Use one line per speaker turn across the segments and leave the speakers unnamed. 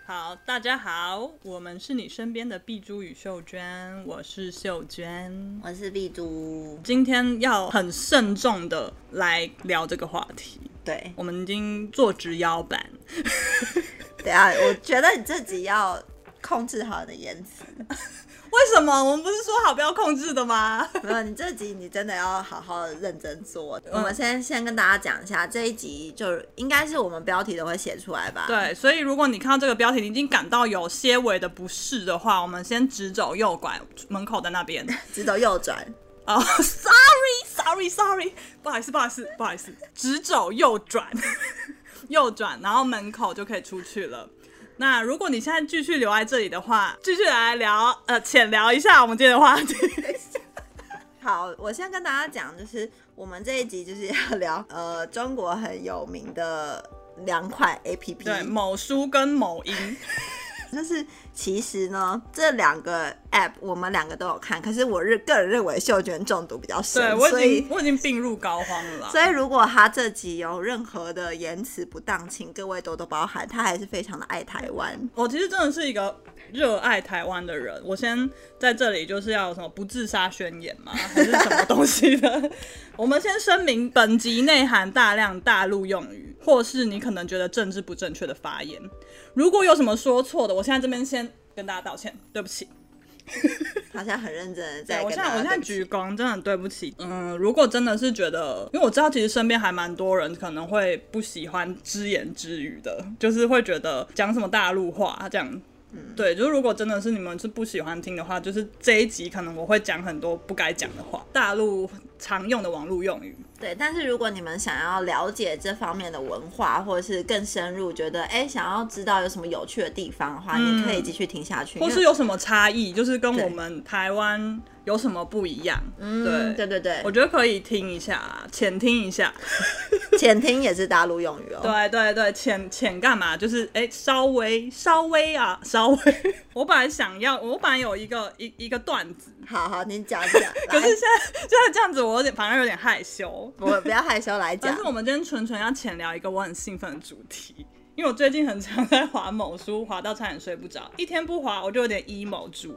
好，大家好，我们是你身边的碧珠与秀娟，我是秀娟，
我是碧珠。
今天要很慎重的来聊这个话题。
对，
我们已经做直腰板。
等一下，我觉得你自己要控制好你的言辞。
为什么？我们不是说好不要控制的吗？
没有，你这集你真的要好好认真做。我们先跟大家讲一下，这一集就应该是我们标题都会写出来吧？
对，所以如果你看到这个标题，你已经感到有些微的不适的话，我们先直走右拐，门口的那边，
直走右转。
哦、sorry， 不好意思，直走右转，右转，然后门口就可以出去了。那如果你现在继续留在这里的话，继续来聊，浅聊一下我们今天的话题。
好，我先跟大家讲，就是我们这一集就是要聊中国很有名的2款 APP，
对，某书跟某音。
就是其实呢，这2个 app 我们2个都有看，可是我个人认为秀娟中毒比较深，
对，我已经病入膏肓了啦。
所以如果他这集有任何的言辞不当，请各位多多包涵，他还是非常的爱台湾。
我其实真的是一个热爱台湾的人，我先在这里就是要有什么不自杀宣言吗？还是什么东西的？我们先声明，本集内含大量大陆用语，或是你可能觉得政治不正确的发言。如果有什么说错的，我现在这边先跟大家道歉，对不起。
他现在很认真的在跟大家
我现在鞠躬，真的很对不起。如果真的是觉得，因为我知道其实身边还蛮多人可能会不喜欢只言只语的，就是会觉得讲什么大陆话这样。对，就是如果真的是你们是不喜欢听的话，就是这一集可能我会讲很多不该讲的话，大陆常用的网络用语。
对，但是如果你们想要了解这方面的文化，或者是更深入，觉得想要知道有什么有趣的地方的话，你可以继续听下去，
或是有什么差异，就是跟我们台湾有什么不一样。
对，
我觉得可以听一下，浅听一下。
浅听也是大陆用语哦。
对，浅干嘛？就是稍微我本来有一个段子。
好，你讲一下。
可是现在这样子，我反而有点害羞。
我不要害羞来讲。
但是我们今天纯要浅聊一个我很兴奋的主题，因为我最近很常在滑某书，滑到差点睡不着，一天不滑我就有点 emo 住。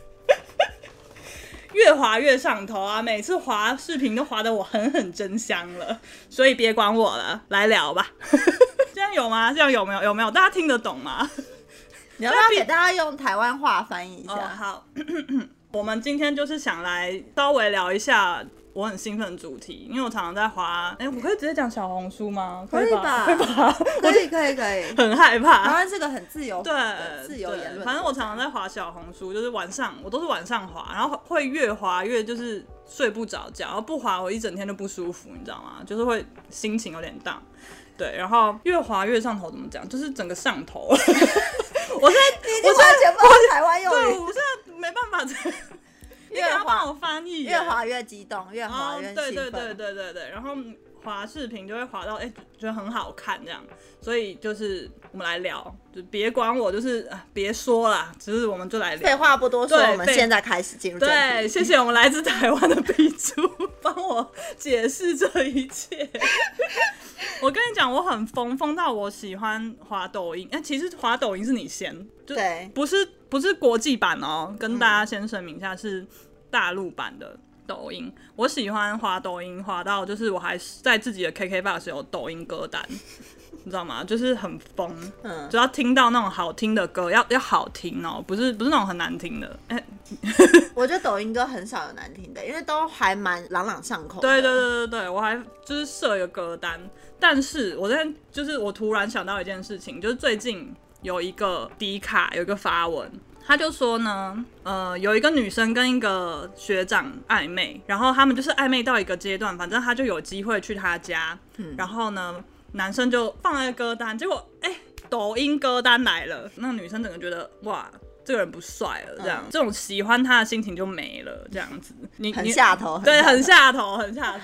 越滑越上头啊！每次滑视频都滑得我很真香了，所以别管我了，来聊吧。这样有吗？这样有没有？大家听得懂吗？
你要不要给大家用台湾话翻译一下？
好，我们今天就是想来稍微聊一下我很兴奋的主题，因为我常常在滑，我可以直接讲小红书吗？
可以吧？可以。
很害怕，
台湾是个很自由言论。
反正我常常在滑小红书，就是我都是晚上滑，然后会越滑越就是睡不着觉，然后不滑我一整天就不舒服，你知道吗？就是会心情有点down。对，然后越滑越上头，怎么讲？就是整个上头。我现在
完全不知道台湾用语。
对，我现在没办法。你要帮我翻译，
越滑越激动，越滑越兴奋。
对，然后滑视频就会滑到觉得很好看这样，所以就是我们来聊，就别管我，就是别说啦，只是我们就来聊。
废话不多说，我们现在开始进入正题。
对，谢谢我们来自台湾的碧珠帮我解释这一切。我跟你讲，我很疯到我喜欢滑抖音。其实滑抖音是你先，
对，
不是国际版哦，跟大家先声明一下，是大陆版的抖音。我喜欢滑抖音，滑到就是我还在自己的 KKBOX 有抖音歌单，你知道吗？就是很疯，就要听到那种好听的歌，要好听哦，不是那种很难听的。
我觉得抖音歌很少有难听的，因为都还蛮朗朗上口的。
对，我还就是设一个歌单。但是我突然想到一件事情，就是最近有一个迪卡有一个发文，他就说呢，有一个女生跟一个学长暧昧，然后他们就是暧昧到一个阶段，反正他就有机会去他家，然后呢，男生就放了一个歌单，结果抖音歌单来了，那个女生整个觉得哇，这个人不帅了，这样，这种喜欢他的心情就没了，这样子，
很下头，
对，很下头。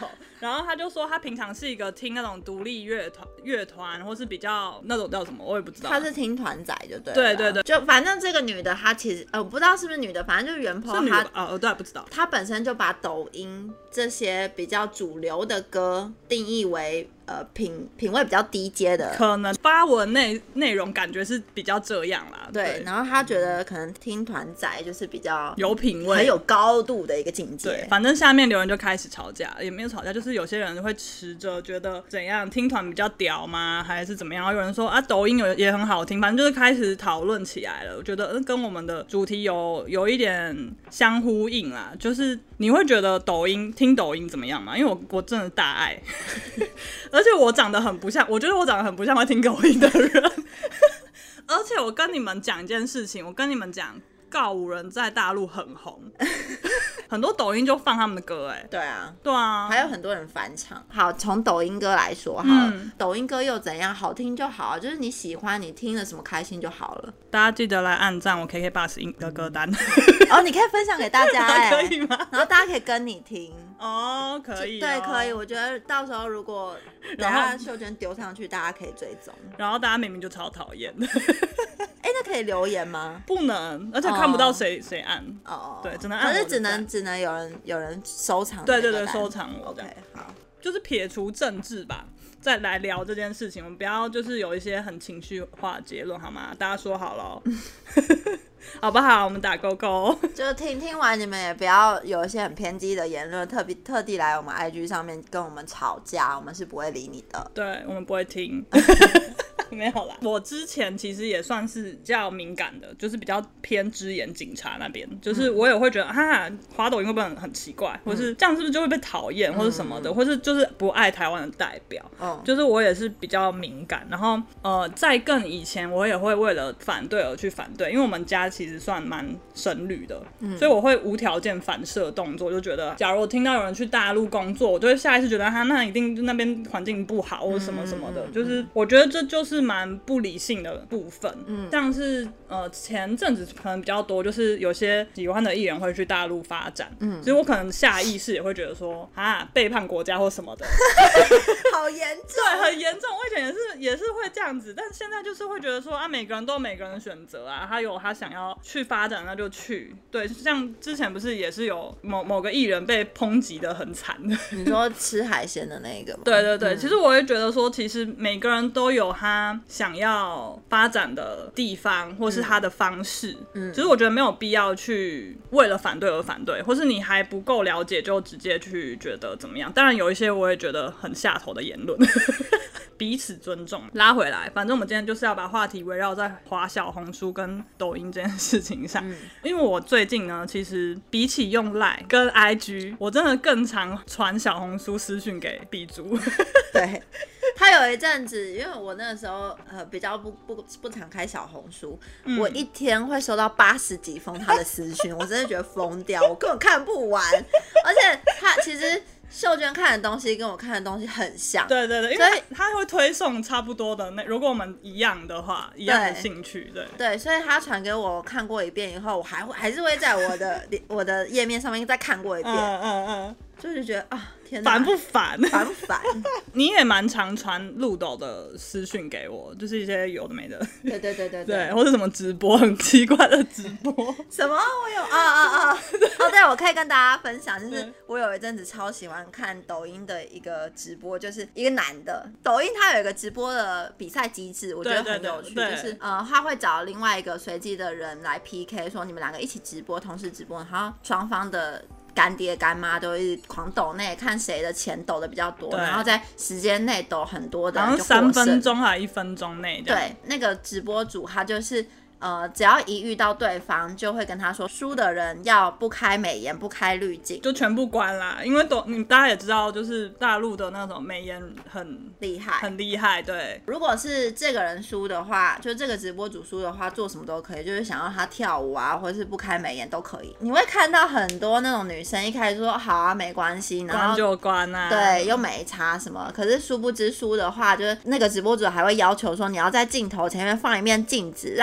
然后他就说他平常是一个听那种独立乐团或是比较那种叫什么我也不知道，
他是听团仔就对了。
对对对，
就反正这个女的她其实我不知道是不是女的，反正就是原 po 她
对，不知道。
她本身就把抖音这些比较主流的歌定义为品味比较低阶的，
可能发文内容感觉是比较这样啦。
对，然后她觉得可能听团仔就是比较
有品味、
很有高度的一个境界。
对，反正下面留言就开始吵架，也没有吵架，就是有些人会持着觉得怎样听团比较屌吗，还是怎么样？有人说啊，抖音也很好听，反正就是开始讨论起来了。我觉得跟我们的主题有一点相呼应啦，就是你会觉得听抖音怎么样吗？因为我真的大爱，而且我长得很不像，我觉得我长得很不像会听抖音的人。而且我跟你们讲一件事情，告五人在大陆很红，很多抖音就放他们的歌，
对啊，
对啊，
还有很多人翻唱。好，从抖音歌来说好了，抖音歌又怎样？好听就好，就是你喜欢，你听了什么开心就好了。
大家记得来按赞我 KKBOX 的歌单。
你可以分享给大家
可以吗？
然后大家可以跟你听。
可以
对，可以。我觉得到时候如果等下秀娟丢上去，大家可以追踪。
然后大家明明就超讨厌。
那可以留言吗？
不能，而且看不到谁按。对，只能按。
可是只能有人收藏。
对对对，收藏我。
OK， 好。
就是撇除政治吧，再来聊这件事情，我们不要就是有一些很情绪化的结论好吗？大家说好了。好不好？我们打勾勾。
就听完，你们也不要有一些很偏激的言论，特地来我们 IG 上面跟我们吵架，我们是不会理你的。
对，我们不会听。没有啦，我之前其实也算是比较敏感的，就是比较偏支援警察那边，就是我也会觉得滑抖音会不会很奇怪，或是这样是不是就会被讨厌，或是什么的，或是就是不爱台湾的代表，就是我也是比较敏感。然后在更以前，我也会为了反对而去反对，因为我们家其实算蛮深绿的，所以我会无条件反射动作，就觉得假如我听到有人去大陆工作，我就会下意识觉得那一定那边环境不好或什么什么的，就是我觉得这就是蛮不理性的部分。像是前阵子可能比较多，就是有些喜欢的艺人会去大陆发展，所以我可能下意识也会觉得说背叛国家或什么的。
好严重。
对，很严重。我以前也是会这样子，但现在就是会觉得说每个人都有每个人的选择啊，他有他想要去发展那就去。对，像之前不是也是有某个艺人被抨击的很惨的。
你说吃海鲜的那个吗？
对对对，其实我也觉得说，其实每个人都有他想要发展的地方，或是他的方式。其实我觉得没有必要去为了反对而反对，或是你还不够了解就直接去觉得怎么样。当然有一些我也觉得很下头的言论。彼此尊重。拉回来，反正我们今天就是要把话题围绕在滑小红书跟抖音这件事情上。因为我最近呢，其实比起用 LINE 跟 IG， 我真的更常传小红书私讯给碧珠。
对，他有一阵子，因为我那个时候比较不常开小红书，我一天会收到80几封他的私讯，我真的觉得疯掉，我根本看不完。而且他其实秀娟看的东西跟我看的东西很像，
对对对，因为他会推送差不多的如果我们一样的话，一样的兴趣，对，
所以他传给我看过一遍以后，我还是会在我的页面上面再看过一遍，就是觉得天哪，
烦不烦？
烦不烦？
你也蛮常传路斗的私讯给我，就是一些有的没的，
对，
或者什么直播很奇怪的直播，
什么我有对，我可以跟大家分享，就是我有一阵子超喜欢看抖音的一个直播，就是一个男的，抖音它有一个直播的比赛机制，我觉得很有趣，就是他会找另外一个随机的人来 PK， 说你们两个一起直播，同时直播，然后双方的干爹干妈都一直狂抖内，看谁的钱抖的比较多，然后在时间内抖很多的人就获胜，
然后3分钟还1分钟内，
对，那个直播主他就是只要一遇到对方，就会跟他说，输的人要不开美颜，不开滤镜，
就全部关啦。因为大家也知道，就是大陆的那种美颜很
厉害，
对。
如果是这个人输的话，就这个直播主输的话，做什么都可以，就是想要他跳舞啊，或者是不开美颜都可以。你会看到很多那种女生一开始说好啊，没关系，然后
关就关啊，
对，又没差什么。可是殊不知输的话，就是那个直播主还会要求说，你要在镜头前面放一面镜子，让我看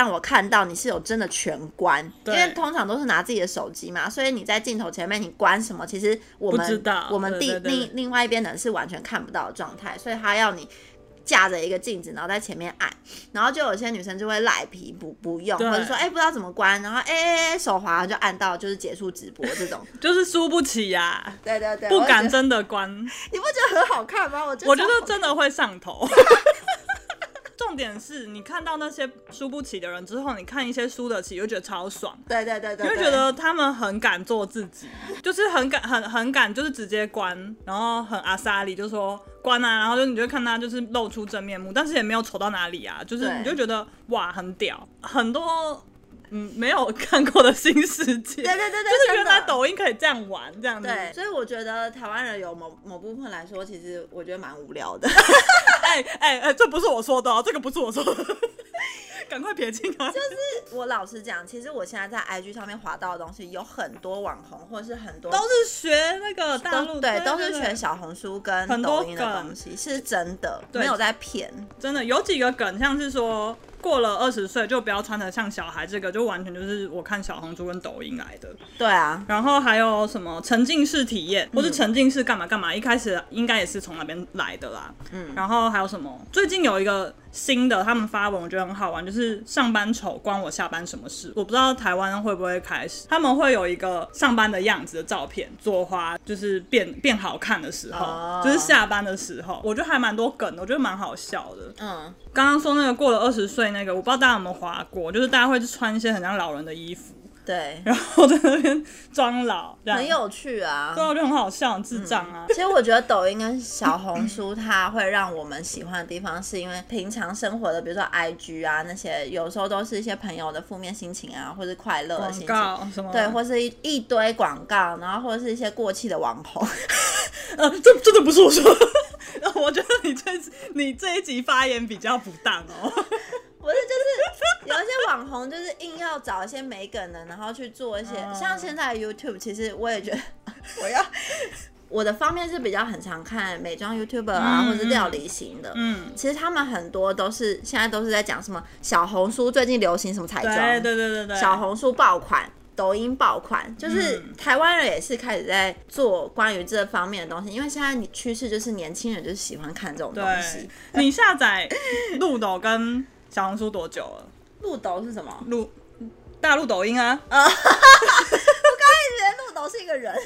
到你是有真的全关，因为通常都是拿自己的手机嘛，所以你在镜头前面你关什么，其实我们
不知道，
我们
对
另外一边的人是完全看不到的状态，所以他要你架着一个镜子，然后在前面按，然后就有些女生就会赖皮不用，或者说不知道怎么关，然后手滑就按到就是结束直播这种，
就是输不起呀、
对对对，
不敢真的关，
你不觉得很好看吗？我觉
得真的会上头。重点是你看到那些输不起的人之后，你看一些输得起，就觉得超爽。
对对对对，
你会觉得他们很敢做自己，就是很敢，就是直接关，然后很阿萨里就说关啊，然后你就看他就是露出真面目，但是也没有丑到哪里啊，就是你就觉得哇很屌，很多没有看过的新世界。
对对对对，
就是原来抖音可以这样玩，这样子。
对，所以我觉得台湾人有某部分来说，其实我觉得蛮无聊的。
这不是我说的哦，这个不是我说的，赶快撇清啊！
就是我老实讲，其实我现在在 IG 上面滑到的东西，有很多网红或者是很多
都是学那个大陆，
对，都是学小红书跟抖音的东西，是真的，没有在骗。
真的有几个梗，像是说过了20岁就不要穿得像小孩，这个就完全就是我看小红书跟抖音来的。
对啊，
然后还有什么沉浸式体验，或是沉浸式干嘛干嘛，一开始应该也是从那边来的啦。然后还有什么？最近有一个新的，他们发文我觉得很好玩，就是上班丑关我下班什么事。我不知道台湾会不会开始，他们会有一个上班的样子的照片，左滑就是变好看的时候，就是下班的时候，我觉得还蛮多梗的，我觉得蛮好笑的。刚刚说那个过了20岁那个，我不知道大家有没有滑过，就是大家会穿一些很像老人的衣服。
对，
然后在那边装老，
很有趣啊，
对，我觉得很好笑，很智障啊。
其实我觉得抖音跟小红书，它会让我们喜欢的地方，是因为平常生活的，比如说 IG 啊那些，有时候都是一些朋友的负面心情啊，或是快乐的心情，对，或是一堆广告，然后或者是一些过气的网红。
这真的不是我说的，我觉得你这一集发言比较不当哦。
不是，就是有一些网红就是硬要找一些美梗的，然后去做一些，像现在的 YouTube， 其实我也觉得我的方面是比较很常看美妆 YouTuber 啊，或者是料理型的。其实他们很多现在都是在讲什么小红书最近流行什么彩妆，
对，
小红书爆款。抖音爆款，就是台湾人也是开始在做关于这方面的东西，因为现在趋势就是年轻人就是喜欢看这种东西。
你下载路抖跟小红书多久了？
路抖是什么？
大陆抖音啊！
我刚才以为路抖是一个人，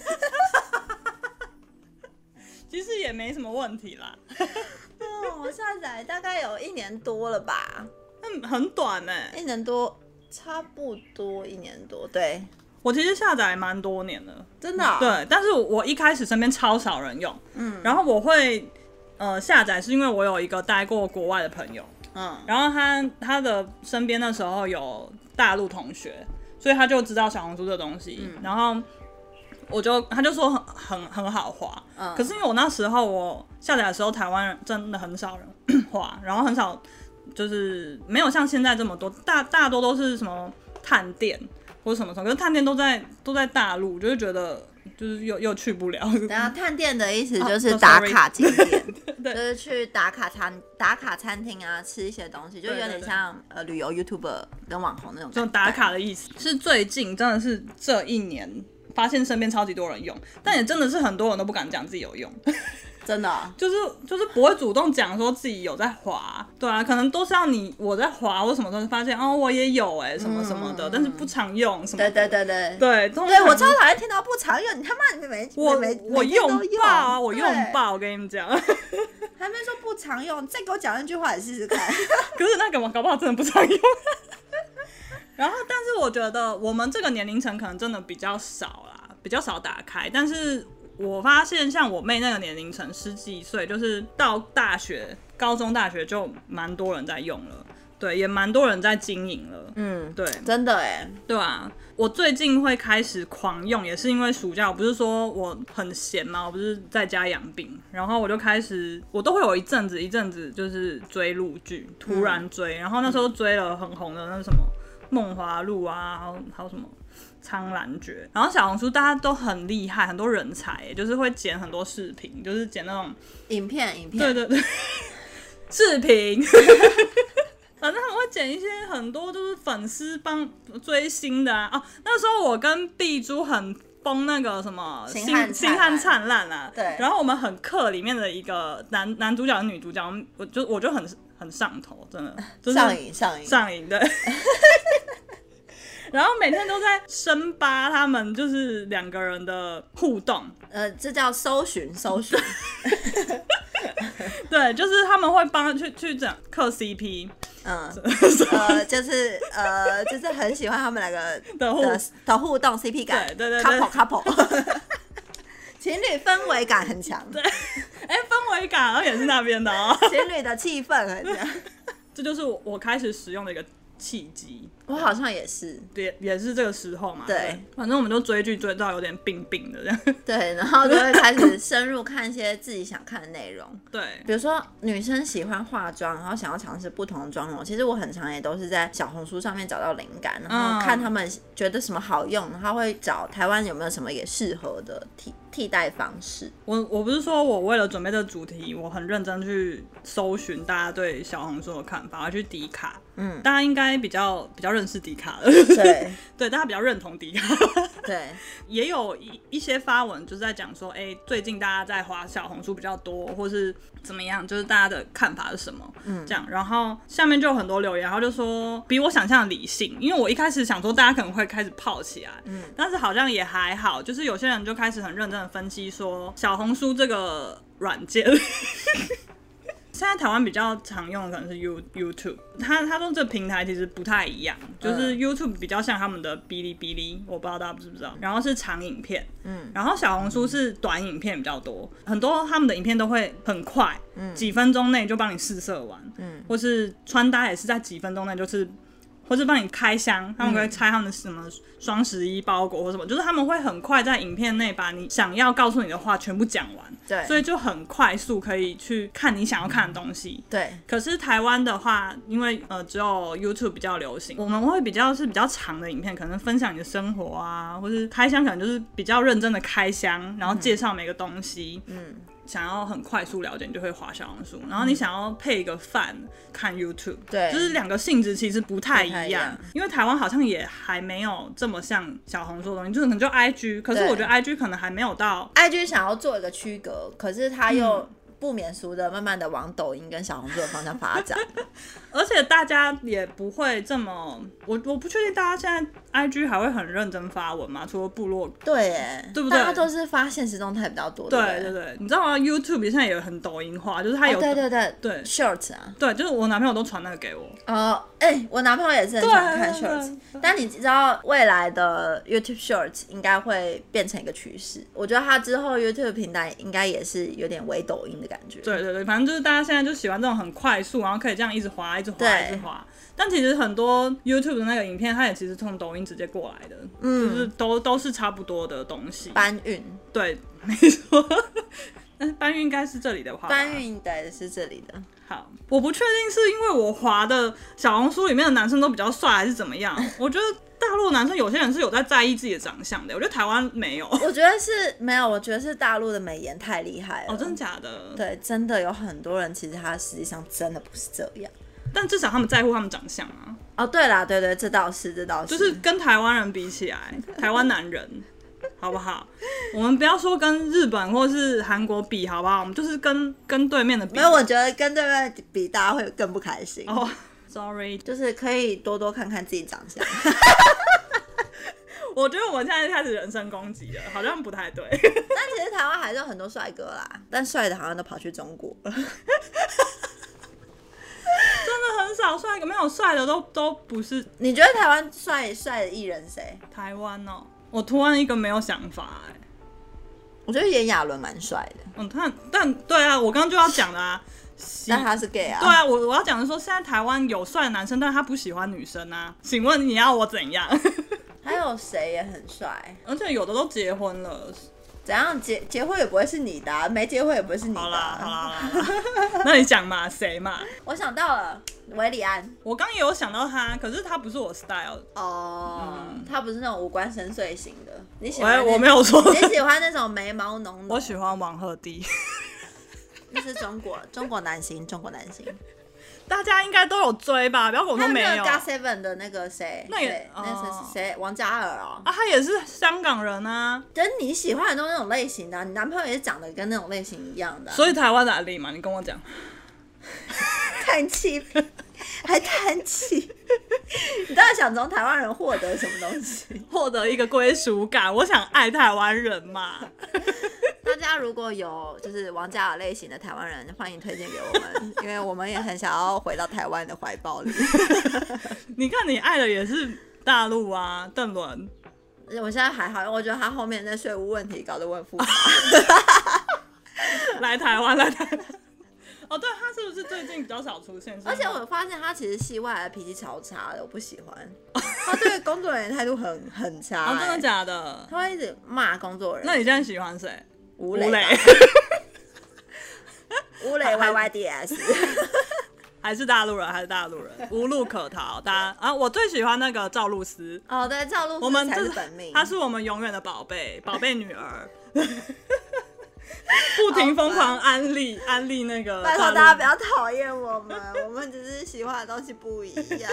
其实也没什么问题啦。
我下载大概有1年多了吧，
很短欸
1年多。差不多1年多，对，
我其实下载蛮多年了，
真的哦？
对，但是我一开始身边超少人用，然后我会下载是因为我有一个待过国外的朋友，然后他的身边那时候有大陆同学，所以他就知道小红书这东西，然后他就说很好滑，可是因为我那时候我下载的时候，台湾人真的很少人滑，然后很少。就是没有像现在这么多，大多都是什么探店或者什么，可是探店都在大陆，就会觉得就是又去不了。
然后探店的意思就是打卡景点，就是去打卡餐厅啊，吃一些东西，就有点像旅游 YouTuber 跟网红那种。
这种打卡的意思是最近真的是这一年发现身边超级多人用，但也真的是很多人都不敢讲自己有用。
真的、啊，
就是不会主动讲说自己有在滑，对啊，可能都是要我在滑或什么时候发现我也有什么什么的，但是不常用什么的。对，
我超讨厌听到不常用，你他妈
我用爆啊，我用爆，我跟你们讲，
还没说不常用，再给我讲那句话，你试试看。
可是那搞不好真的不常用。然后，但是我觉得我们这个年龄层可能真的比较少啦，比较少打开，但是。我发现像我妹那个年龄层10几岁，就是到高中大学就蛮多人在用了，对，也蛮多人在经营了，对，
真的耶，
对啊，我最近会开始狂用，也是因为暑假，我不是说我很闲嘛，我不是在家养病，然后我就开始，我都会有一阵子就是追陆剧，突然追，然后那时候追了很红的那什么梦华录啊，还有什么。苍兰诀，然后小红书大家都很厉害，很多人才，就是会剪很多视频，就是剪那种
影片，
对，视频， 反正他们会剪一些很多就是粉丝帮追星的啊。哦，那时候我跟碧珠很崩那个什么
星
汉灿烂啊，
对。
然后我们很克里面的一个男主角跟女主角，我就很上头，真的，就是、上瘾对。然后每天都在深扒他们就是2个人的互动，
这叫搜寻。
对，就是他们会帮去整嗑 CP，
就是很喜欢他们2个的互动 CP 感，
对
couple， 情侣氛围感很强，
对，氛围感也是那边的哦，
情侣的气氛很强，
这就是我开始使用的一个契机。
我好像也是，
也是这个时候嘛。
对，
反正我们就追剧追到有点病的这样。
对，然后就会开始深入看一些自己想看的内容。
对，
比如说女生喜欢化妆，然后想要尝试不同的妆容，其实我很常也都是在小红书上面找到灵感，然后看他们觉得什么好用，然后会找台湾有没有什么也适合的替代方式。
我不是说我为了准备这个主题，我很认真去搜寻大家对小红书的看法，我去迪卡。大家应该比较认识迪卡了，
对
对，大家比较认同迪卡，
对，
也有一些发文就是在讲说，最近大家在滑小红书比较多，或是怎么样，就是大家的看法是什么，这样，然后下面就有很多留言，然后就说比我想象的理性，因为我一开始想说大家可能会开始泡起来，但是好像也还好，就是有些人就开始很认真的分析说小红书这个软件。现在台湾比较常用的可能是 YouTube， 他说这平台其实不太一样，就是 YouTube 比较像他们的哔哩哔哩，我不知道大家知不知道，然后是长影片，然后小红书是短影片比较多，很多他们的影片都会很快，几分钟内就帮你试色完，或是穿搭也是在几分钟内就是或是帮你开箱，他们会拆他们的什么双11包裹或什么，就是他们会很快在影片内把你想要告诉你的话全部讲完，
对，
所以就很快速可以去看你想要看的东西。
对。
可是台湾的话，因为只有 YouTube 比较流行，我们会比较长的影片，可能分享你的生活啊，或是开箱，可能就是比较认真的开箱，然后介绍每个东西。想要很快速了解，你就会滑小红书，然后你想要配一个饭看 YouTube，
对，
就是2个性质其实不太一样，因为台湾好像也还没有这么像小红书的东西，就是可能就 IG， 可是我觉得 IG 可能还没有到
IG 想要做一个区隔，可是它又不免俗的慢慢的往抖音跟小红书的方向发展。
而且大家也不会这么，我不确定大家现在 IG 还会很认真发文吗？除了部落，
对耶，
对不对？
大家都是发现实动态比较多，
对对对，你知道吗 ？YouTube 现在也很抖音化，就是它有、
对 Shorts 啊，
对，就是我男朋友都传那个给我。
我男朋友也是很喜欢看 Shorts， 但你知道未来的 YouTube Shorts 应该会变成一个趋势，我觉得它之后 YouTube 平台应该也是有点微抖音的感觉。
对对对，反正就是大家现在就喜欢这种很快速，然后可以这样一直滑。一直滑，但其实很多 YouTube 的那个影片，它也其实从抖音直接过来的，就是都是差不多的东西。
搬运，对，
没错。但是搬运应该是这里的话，
搬运对是这里的。
好，我不确定是因为我滑的小红书里面的男生都比较帅，还是怎么样。我觉得大陆男生有些人是有在意自己的长相的，我觉得台湾没有。
我觉得是没有，我觉得是大陆的美颜太厉害了。
哦，真的假的？
对，真的有很多人其实他实际上真的不是这样。
但至少他们在乎他们长相啊。
哦，对啦，对对，这倒是，
就是跟台湾人比起来，台湾男人，好不好？我们不要说跟日本或是韩国比，好不好？我们就是跟对面的比。
没有，我觉得跟对面比，大家会更不开心。
哦、sorry，
就是可以多多看看自己长相。
我觉得我们现在开始人身攻击了，好像不太对。但
其实台湾还是有很多帅哥啦，但帅的好像都跑去中国。
真的很少帅哥，没有帅的都不是。
你觉得台湾帅的艺人谁？
台湾哦，我突然一个没有想法
我觉得炎亚纶蛮帅的。
但对啊，我刚刚就要讲的啊。
但他是 gay 啊。
对啊，我要讲的是说，现在台湾有帅的男生，但他不喜欢女生啊。请问你要我怎样？
还有谁也很帅，
而且有的都结婚了。
怎样结婚也不会是你的、啊，没结婚也不会是你的、啊。
好啦，那你讲嘛，谁嘛？
我想到了韦礼安，
我刚也有想到他，可是他不是我 style。
他不是那种五官深邃型的。你喜欢？
我没有说。
你喜欢那种眉毛浓
我喜欢王鹤棣。
那是中国男星。
大家应该都有追吧？不要跟我说没有。
还有那个 GOT7 的那个谁，
那也
那是谁？王嘉尔哦。
啊，他也是香港人啊。
等你喜欢的都是那种类型的、你男朋友也是长得跟那种类型一样的、
所以台湾的案例嘛，你跟我讲。
叹气，还叹气，你到底想从台湾人获得什么东西？
获得一个归属感，我想爱台湾人嘛。
大家如果有就是王嘉尔类型的台湾人，欢迎推荐给我们，因为我们也很想要回到台湾的怀抱里。
你看你爱的也是大陆啊，邓伦。
我现在还好，我觉得他后面那税务问题搞得我很复杂。
来台湾，来台湾。哦，对，他是不是最近比较少出现？
而且我发现他其实戏外的脾气超差的，我不喜欢。他对工作人员态度很差、
哦，真的假的？
他会一直骂工作人员。
那你现在喜欢谁？
吴磊。吴磊 YYDS。
还是大陆人，还是大陆人，无路可逃。大家啊，我最喜欢那个赵露思。
哦，对，赵露思才是本命，
她是我们永远的宝贝，宝贝女儿。不停疯狂安利那个。
拜托大家不要讨厌我们，我们只是喜欢的东西不一样。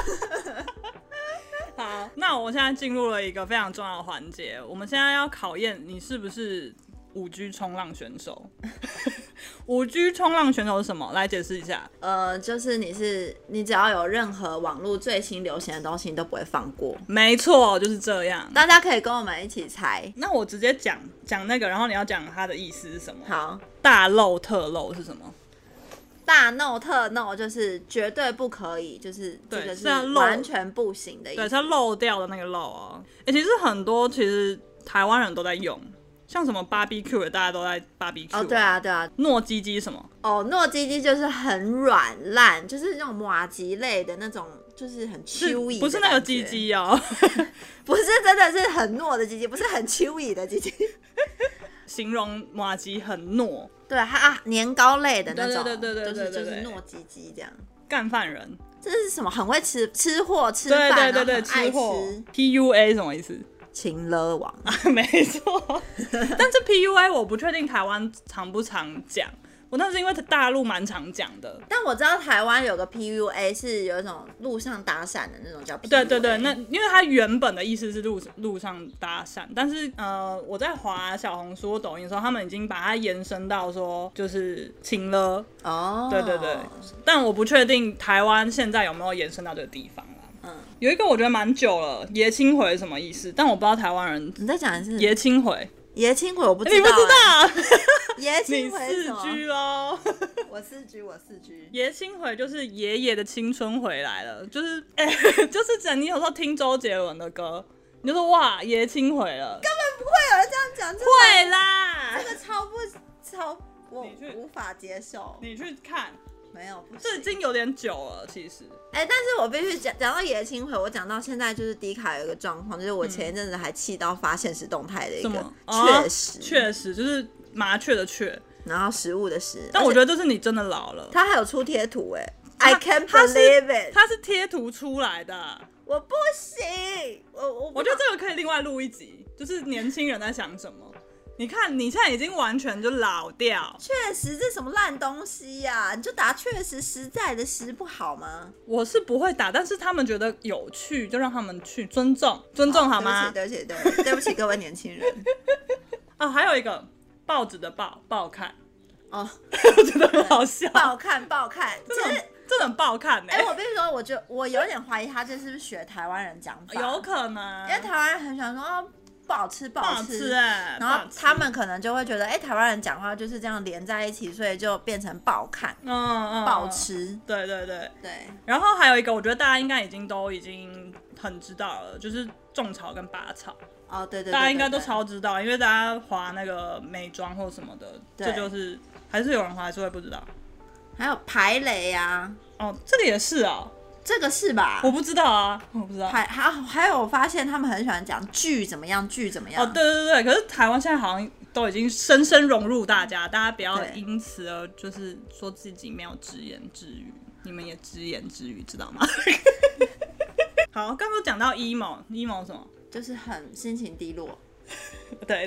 好，那我现在进入了一个非常重要的环节，我们现在要考验你是不是5G 冲浪选手。5G 冲浪选手是什么？来解释一下。
就是你只要有任何网络最新流行的东西，你都不会放过。
没错，就是这样。
大家可以跟我们一起猜。
那我直接讲那个，然后你要讲它的意思是什么？
好，
大漏特漏是什么？
大 no 特 no 就是绝对不可以，就是这个是完全不行的意思。
对，是要漏掉的那个漏哦。其实很多台湾人都在用。像什么 BBQ 的，大家都在 BBQ。哦，
对啊，对啊。
糯鸡鸡什么？
哦，糯鸡鸡就是很软烂，就是那种麻吉类的那种，就是很 chewy。
不是那个鸡鸡哦，
不是真的是很糯的鸡鸡，不是很 chewy 的鸡鸡。
形容麻吉很糯。
对，它年糕类的那种，
对，
就是糯鸡鸡这样。
干饭人。
这是什么？很会吃货，吃饭，
对，吃货。PUA 什么意思？
情勒王。
没错。但是 PUA 我不确定台湾常不常讲，那是因为大陆蛮常讲的。
但我知道台湾有个 PUA 是有一种路上搭讪的那种叫 PUA。
对，那因为它原本的意思是路上搭讪，但是我在滑小红书、抖音的时候，他们已经把它延伸到说就是情勒。
哦，
对，但我不确定台湾现在有没有延伸到这个地方。有一个我觉得蛮久了，爷青回什么意思？但我不知道台湾人。
你在讲的是
爷青回？
爷青回我不知道。
你不知道？
爷青回
是什么？你4G 咯。
我4G。
爷青回就是爷爷的青春回来了，就是就是你有时候听周杰伦的歌，你就说哇爷青回了。
根本不会有人这样讲。
会啦，
这个超我无法接受。
你去看。
没有，
这已经有点久了，其实。
但是我必须讲到爷青回，我讲到现在就是迪卡有一个状况，就是我前一阵子还气到发现实动态的一个确实就是麻雀的雀，然后食物的食。
但我觉得这是你真的老了。
他还有出贴图I can't believe it，
他是贴图出来的。
我不行，
我觉得这个可以另外录一集，就是年轻人在想什么。你看，你现在已经完全就老掉。
确实，这什么烂东西呀？你就打确实实在的实不好吗？
我是不会打，但是他们觉得有趣，就让他们去尊重好吗？
对不起各位年轻人。
还有一个报纸的报看。
哦，
我觉得很好笑。
报看，
真的很爆看
我必须说，我有点怀疑他这是不是学台湾人讲法，
有可能，
因为台湾人很喜欢说不好吃，
然
后他们可能就会觉得，台湾人讲话就是这样连在一起，所以就变成爆看，爆吃，
对。
然
后还有一个，我觉得大家应该已经很知道了，就是种草跟拔草。
哦，对，
大家应该都超知道，因为大家滑那个美妆或什么的，这就是还是有人滑还是会不知道。
还有排雷啊，
这个也是啊。
这个是吧？
我不知道啊，我不知道。
还有，我发现他们很喜欢讲剧怎么样，剧怎么样。
对。可是台湾现在好像都已经深深融入大家，大家不要因此而就是说自己没有只言只语，你们也只言只语，知道吗？好，刚刚讲到 emo 什么？
就是很心情低落。
对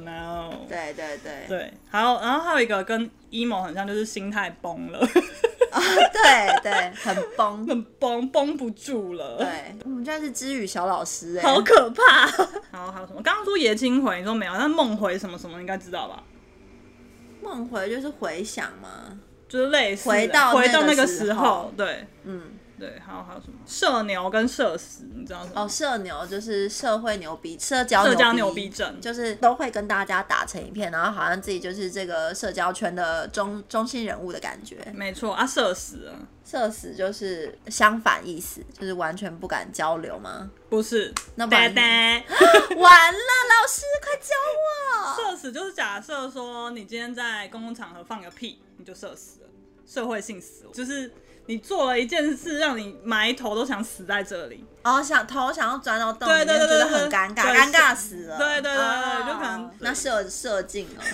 emotional。
对。
好，然后还有一个跟 emo 很像，就是心态崩了。
对对，很崩，
很绷不住了。
对，我们现在是知语小老师
好可怕。好，还有什么？刚刚说爷青回，你说没有，那梦回什么什么，你应该知道吧？
梦回就是回想嘛，
就是类似
回到
那个
时
候，对，
嗯。
对，还有什么社牛跟社死，你知道什么？
社牛就是社会牛逼，社交
牛逼症，
就是都会跟大家打成一片，然后好像自己就是这个社交圈的中心人物的感觉。
没错啊，社死啊，
社死就是相反意思，就是完全不敢交流吗？
不是，
那完了，老师快教我。
社死就是假设说你今天在公共场合放个屁，你就社死了，社会性死亡，就是你做了一件事，让你埋头都想死在这里。
头想要钻到洞里面，觉得很尴尬，尴尬死了。
对，就可能
那射镜哦，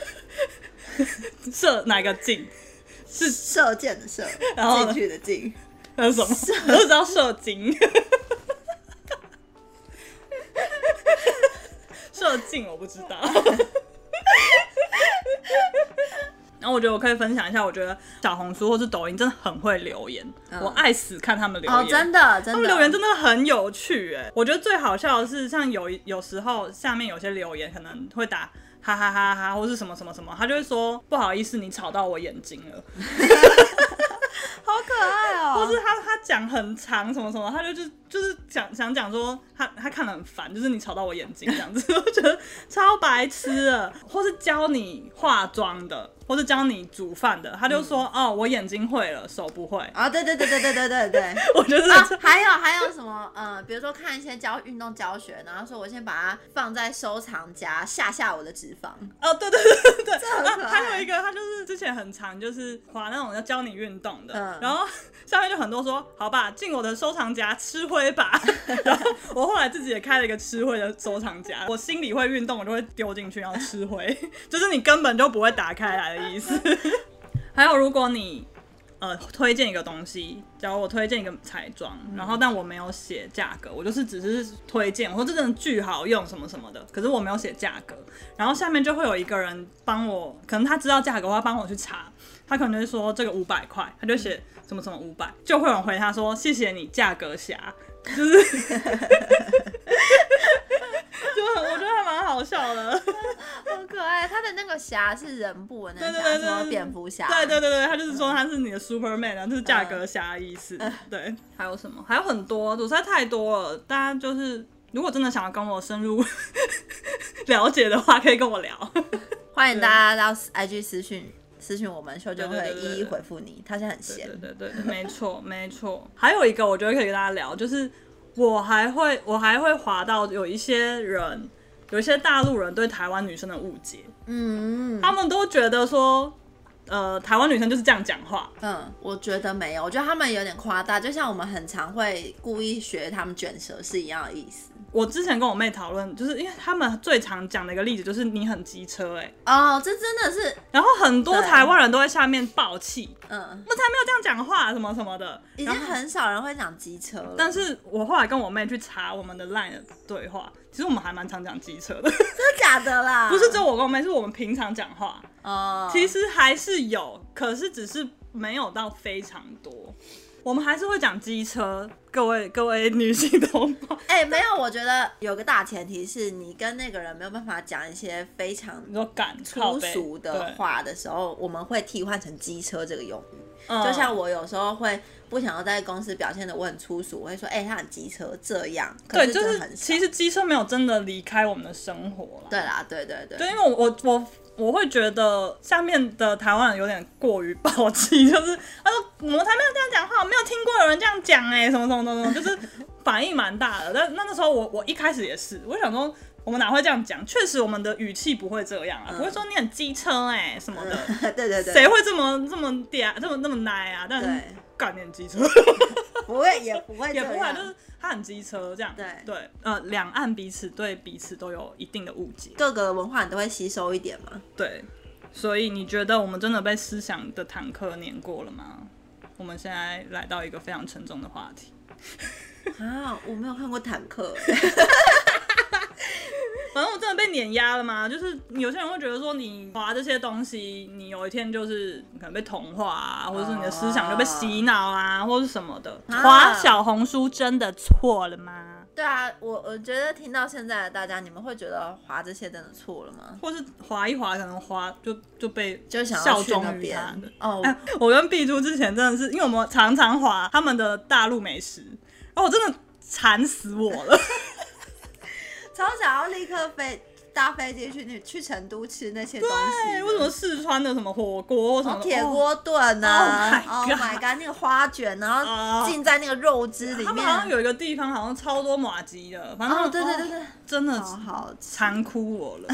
射哪个镜？是
射箭的射，进去的进。
那是什么？我只知道射精。射镜我不知道。然后我觉得我可以分享一下，我觉得小红书或是抖音真的很会留言，我爱死看他们留言。
真的，
他们留言真的很有趣哎。我觉得最好笑的是，像有时候下面有些留言可能会打哈哈哈哈，或是什么什么什么，他就会说不好意思，你吵到我眼睛了。
好可爱哦！
或是他讲很长什么什么，他就是想讲说他看得很烦，就是你吵到我眼睛这样子，我觉得超白痴的。或是教你化妆的，或是教你煮饭的，他就说哦，我眼睛会了，手不会
啊。对，
我觉得
还有什么比如说看一些运动教学，然后说我先把它放在收藏夹，下我的脂肪。
哦，对，
这很可爱。
还有一个他就是之前很常就是滑那种要教你运动的，然后下面就很多说好吧，进我的收藏夹吃灰吧。然后我后来自己也开了一个吃灰的收藏夹，我心里会运动，我就会丢进去，然后吃灰，就是你根本就不会打开来的意思。还有如果你推荐一个东西，假如我推荐一个彩妆，然后但我没有写价格，我就是只是推荐，我说这真的巨好用什么什么的，可是我没有写价格，然后下面就会有一个人帮我，可能他知道价格，他帮我去查，他可能就会说这个500块，他就写什么什么500，就会有人回他说谢谢你价格侠，就是我觉得还蛮好笑的，
好可爱。他的那个侠是人部的那个侠，什么蝙蝠侠？
对，他就是说他是你的 Superman， 然后就是价格侠的意思。对，还有什么？还有很多，实在太多了。大家就是如果真的想要跟我深入了解的话，可以跟我聊。
欢迎大家到 IG 私讯我们，秀就会一一回复你。他现在很闲。
对，没错。还有一个我觉得可以跟大家聊，就是我还会滑到有一些大陆人对台湾女生的误解，他们都觉得说，台湾女生就是这样讲话。
我觉得没有，我觉得他们有点夸大，就像我们很常会故意学他们卷舌是一样的意思。
我之前跟我妹讨论，就是因为他们最常讲的一个例子就是你很机车
这真的是，
然后很多台湾人都在下面爆气，我才没有这样讲话什么什么的，
已经很少人会讲机车了。
但是我后来跟我妹去查我们的 LINE 的对话，其实我们还蛮常讲机车的。
真的假的啦？
不是只有我跟我妹，是我们平常讲话，其实还是有，可是只是没有到非常多。我们还是会讲机车，各位女性同胞。
没有，我觉得有个大前提是你跟那个人没有办法讲一些非常粗俗的话的时候，我们会替换成机车这个用语。就像我有时候会不想要在公司表现的我很粗俗，我会说他很机车这样。可是真的很少。
其实机车没有真的离开我们的生活啦。
对啦，对，
因为我会觉得下面的台湾人有点过于暴气，就是他说我们才没有这样讲话，没有听过有人这样讲什么，就是反应蛮大的。但那时候我一开始也是，我想说我们哪会这样讲？确实我们的语气不会这样不会说你很机车什么的。
对，
谁会这么嗲这么奶啊？但是干你很机车，
也不会，
就是他很机车这样。对，两岸彼此对彼此都有一定的误解，
各个文化你都会吸收一点嘛。
对，所以你觉得我们真的被思想的坦克碾过了吗？我们现在来到一个非常沉重的话题。
我没有看过坦克。
反正我真的被碾压了嘛，就是有些人会觉得说你滑这些东西，你有一天就是可能被同化啊，或者是你的思想就被洗脑啊，或是什么的。滑小红书真的错了吗？
对啊，我觉得听到现在的大家，你们会觉得滑这些真的错了吗？
或是滑一滑，可能滑就被
就想要去那边
哦。我跟碧珠之前真的是，因为我们常常滑他们的大陆美食，然后我真的馋死我了，
超想要立刻搭飞机去成都吃那些东西。
对，为什么四川的什么火锅什么
铁锅炖啊
，Oh my god，
那个花卷，然后浸在那个肉汁里面。
他们好像有一个地方好像超多麻糬的，反正
对，
真的
好
馋哭我了。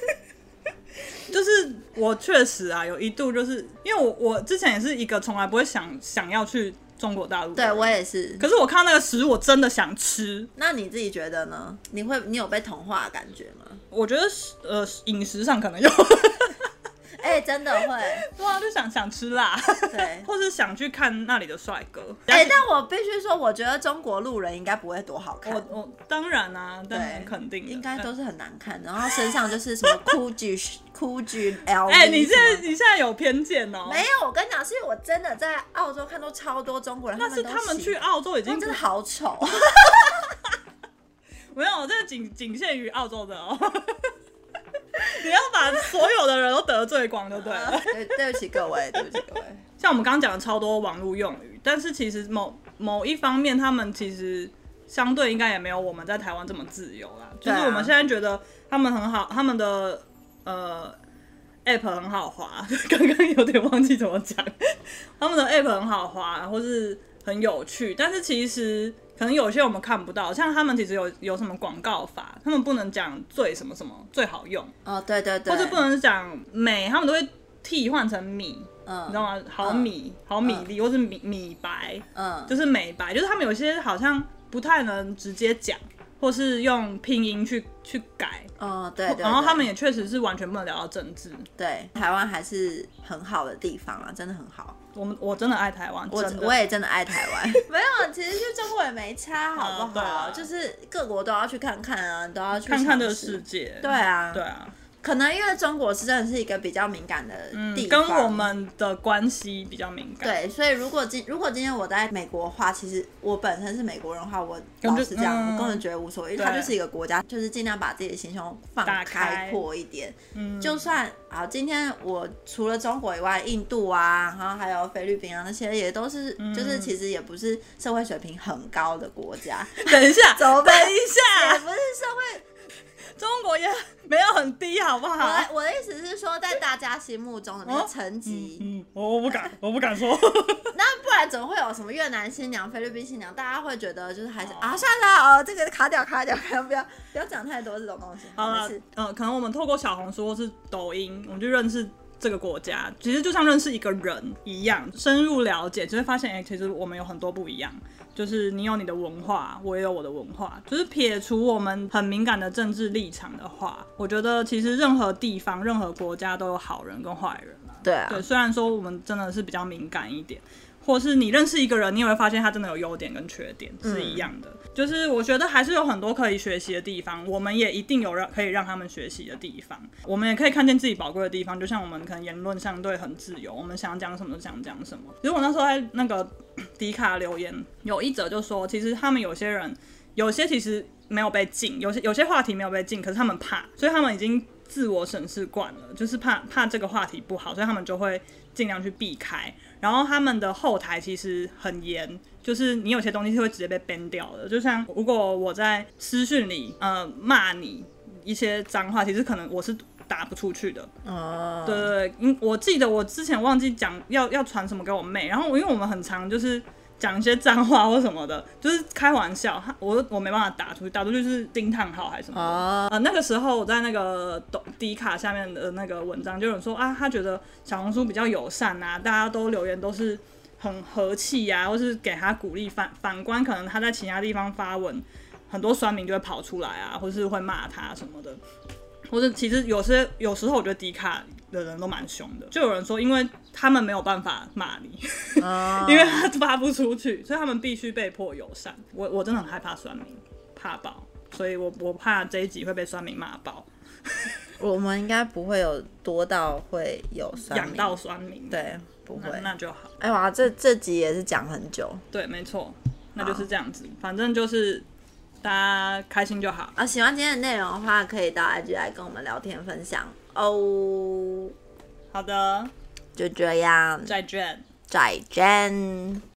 就是我确实啊，有一度就是因为我之前也是一个从来不会想要去中国大陆，
对我也是。
可是我看到那个食物，我真的想吃。
那你自己觉得呢？你有被同化的感觉吗？
我觉得饮食上可能有。
真的会，
对啊，就想吃辣，
对，
或是想去看那里的帅哥。
但我必须说，我觉得中国路人应该不会多好看。
我当然啊，当然肯定的，
应该都是很难看，然后身上就是什么 Gucci LV。
你现在有偏见哦？
没有，我跟你讲，是因为我真的在澳洲看到超多中国人，
但是他们去澳洲已经
真的好丑。
没有，这仅限于澳洲的哦。你要把所有的人都得罪光就对了。
对不起各位，对不起各位。
像我们刚刚讲的超多网络用语，但是其实某一方面，他们其实相对应该也没有我们在台湾这么自由啦。就是我们现在觉得他们很好，他们的app 很好滑，刚刚有点忘记怎么讲。他们的 app 很好滑，或是很有趣，但是其实可能有些我们看不到，像他们其实有什么广告法，他们不能讲最什么什么最好用
哦，对，
或者不能讲美，他们都会替换成米，你知道吗？好米粒，或是米白，就是美白，就是他们有些好像不太能直接讲，或是用拼音去改。
对，
然后他们也确实是完全不能聊到政治。
对，台湾还是很好的地方啊，真的很好。
我真的爱台湾，
我也真的爱台湾。没有，其实去中国也没差，好不好？就是各国都要去看看啊，都要去
看看这个世界。
对啊。可能因为中国是真的是一个比较敏感的地方，
跟我们的关系比较敏感。
对，所以如果今天我在美国的话，其实我本身是美国人的话，我老实讲，我根本觉得无所谓，因为它就是一个国家，就是尽量把自己的心胸放开阔一点。就算今天我除了中国以外，印度啊，然后还有菲律宾啊那些也都是，就是其实也不是社会水平很高的国家。
等一下，
等
一下，
也不是社会。
中国也没有很低，好不好？
我的意思是说，在大家心目中的那个层级，
我不敢说。
那不然怎么会有什么越南新娘、菲律宾新娘？大家会觉得就是还是算了这个卡掉，不要讲太多这种东西。
好了，可能我们透过小红书或是抖音，我们就认识这个国家，其实就像认识一个人一样，深入了解，就会发现，其实我们有很多不一样。就是你有你的文化，我也有我的文化。就是撇除我们很敏感的政治立场的话，我觉得其实任何地方、任何国家都有好人跟坏人啊。
对啊。
对，虽然说我们真的是比较敏感一点，或是你认识一个人，你也会发现他真的有优点跟缺点是一样的。就是我觉得还是有很多可以学习的地方，我们也一定有可以让他们学习的地方。我们也可以看见自己宝贵的地方，就像我们可能言论相对很自由，我们想讲什么就想讲什么。其实我那时候在那个迪卡留言，有一则就说，其实他们有些其实没有被禁，有些话题没有被禁，可是他们怕，所以他们已经自我审视惯了，就是怕这个话题不好，所以他们就会尽量去避开。然后他们的后台其实很严，就是你有些东西是会直接被 ban 掉的。就像如果我在私讯里骂你一些脏话，其实可能我是打不出去的。对，我记得我之前忘记讲要传什么给我妹，然后因为我们很常就是讲一些脏话或什么的，就是开玩笑，我没办法打出去，打出去是惊叹号还是什么的。那个时候我在那个迪卡下面的那个文章，就有人说他觉得小红书比较友善啊，大家都留言都是很和气啊，或是给他鼓励。反观可能他在其他地方发文，很多酸民就会跑出来啊，或是会骂他什么的。或者其实有时候我觉得迪卡的人都蛮凶的，就有人说因为他们没有办法骂你因为他发不出去，所以他们必须被迫友善。我真的很害怕酸民，怕爆。 所以我怕这一集会被酸民骂爆。
我们应该不会有多到会有酸民
养到酸民，
对，不会，
那就好。
哎哇，这集也是讲很久，
对，没错，那就是这样子，反正就是大家开心就好。
喜欢今天的内容的话，可以到 IG 来跟我们聊天分享哦。
好的，
就这样，
再见。
再见。